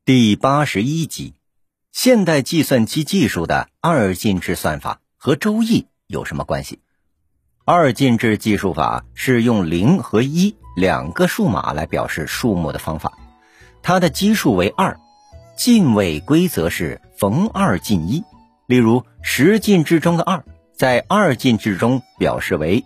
第81集，现代计算机技术的二进制算法和周易有什么关系？二进制计数法是用0和1两个数码来表示数目的方法，它的基数为2，进位规则是逢2进1。例如10进制中的2，在二进制中表示为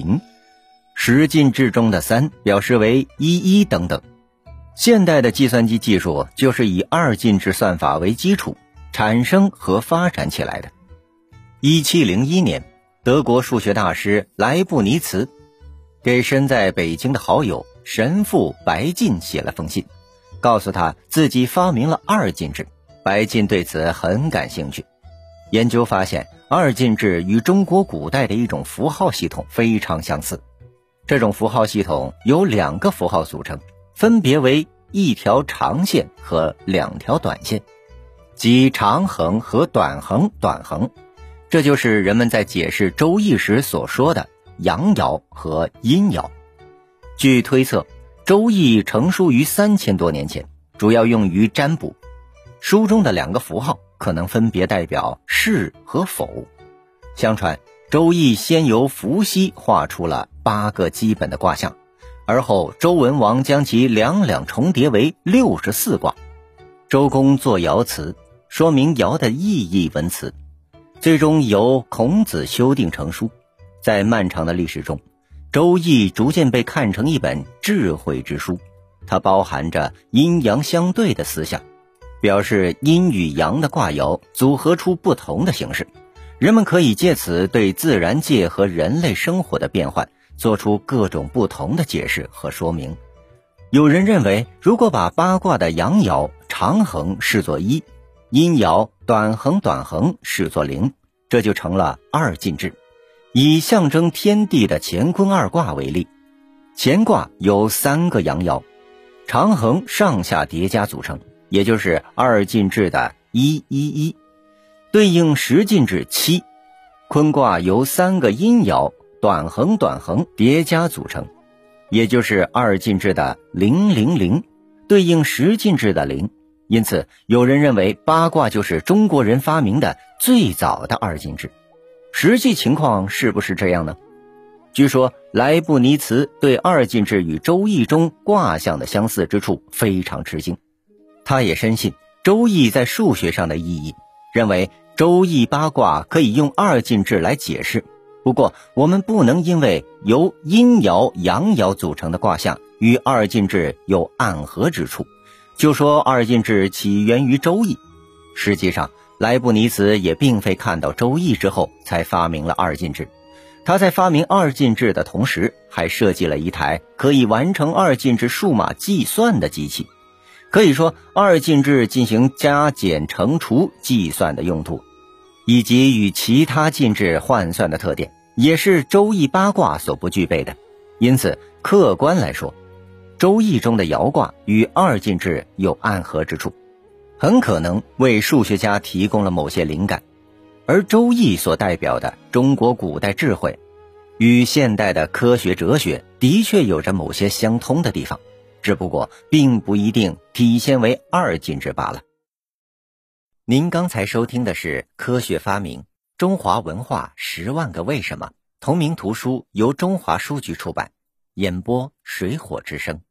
10，10进制中的3表示为11等等。现代的计算机技术就是以二进制算法为基础产生和发展起来的。1701年，德国数学大师莱布尼茨给身在北京的好友神父白晋写了封信，告诉他自己发明了二进制。白晋对此很感兴趣，研究发现二进制与中国古代的一种符号系统非常相似。这种符号系统由2个符号组成，分别为一条长线和2条短线，即长横和短横。这就是人们在解释周易时所说的阳爻和阴爻。据推测，周易成书于3000多年前，主要用于占卜。书中的2个符号可能分别代表是和否。相传周易先由伏羲画出了8个基本的卦象，而后周文王将其两重叠为64卦。周公作爻辞，说明爻的意义文辞，最终由孔子修订成书。在漫长的历史中，周易逐渐被看成一本智慧之书，它包含着阴阳相对的思想，表示阴与阳的卦爻组合出不同的形式。人们可以借此对自然界和人类生活的变换做出各种不同的解释和说明。有人认为，如果把8卦的阳爻长横视作1，阴爻短横视作0，这就成了二进制。以象征天地的乾坤2卦为例，乾卦由3个阳爻长横上下叠加组成，也就是二进制的111，对应10进制7。坤卦由3个阴爻短横叠加组成，也就是二进制的000，对应10进制的0。因此有人认为8卦就是中国人发明的最早的二进制。实际情况是不是这样呢？据说莱布尼茨对二进制与周易中卦象的相似之处非常吃惊，他也深信周易在数学上的意义，认为周易8卦可以用二进制来解释。不过我们不能因为由阴爻阳爻组成的卦象与二进制有暗合之处，就说二进制起源于周易。实际上莱布尼茨也并非看到周易之后才发明了二进制，他在发明二进制的同时，还设计了一台可以完成二进制数码计算的机器。可以说二进制进行加减乘除计算的用途，以及与其他进制换算的特点，也是周易8卦所不具备的。因此客观来说，周易中的爻卦与二进制有暗合之处，很可能为数学家提供了某些灵感。而周易所代表的中国古代智慧，与现代的科学哲学的确有着某些相通的地方，只不过并不一定体现为二进制罢了。您刚才收听的是《科学发明：中华文化10万个为什么》同名图书，由中华书局出版，演播水火之声。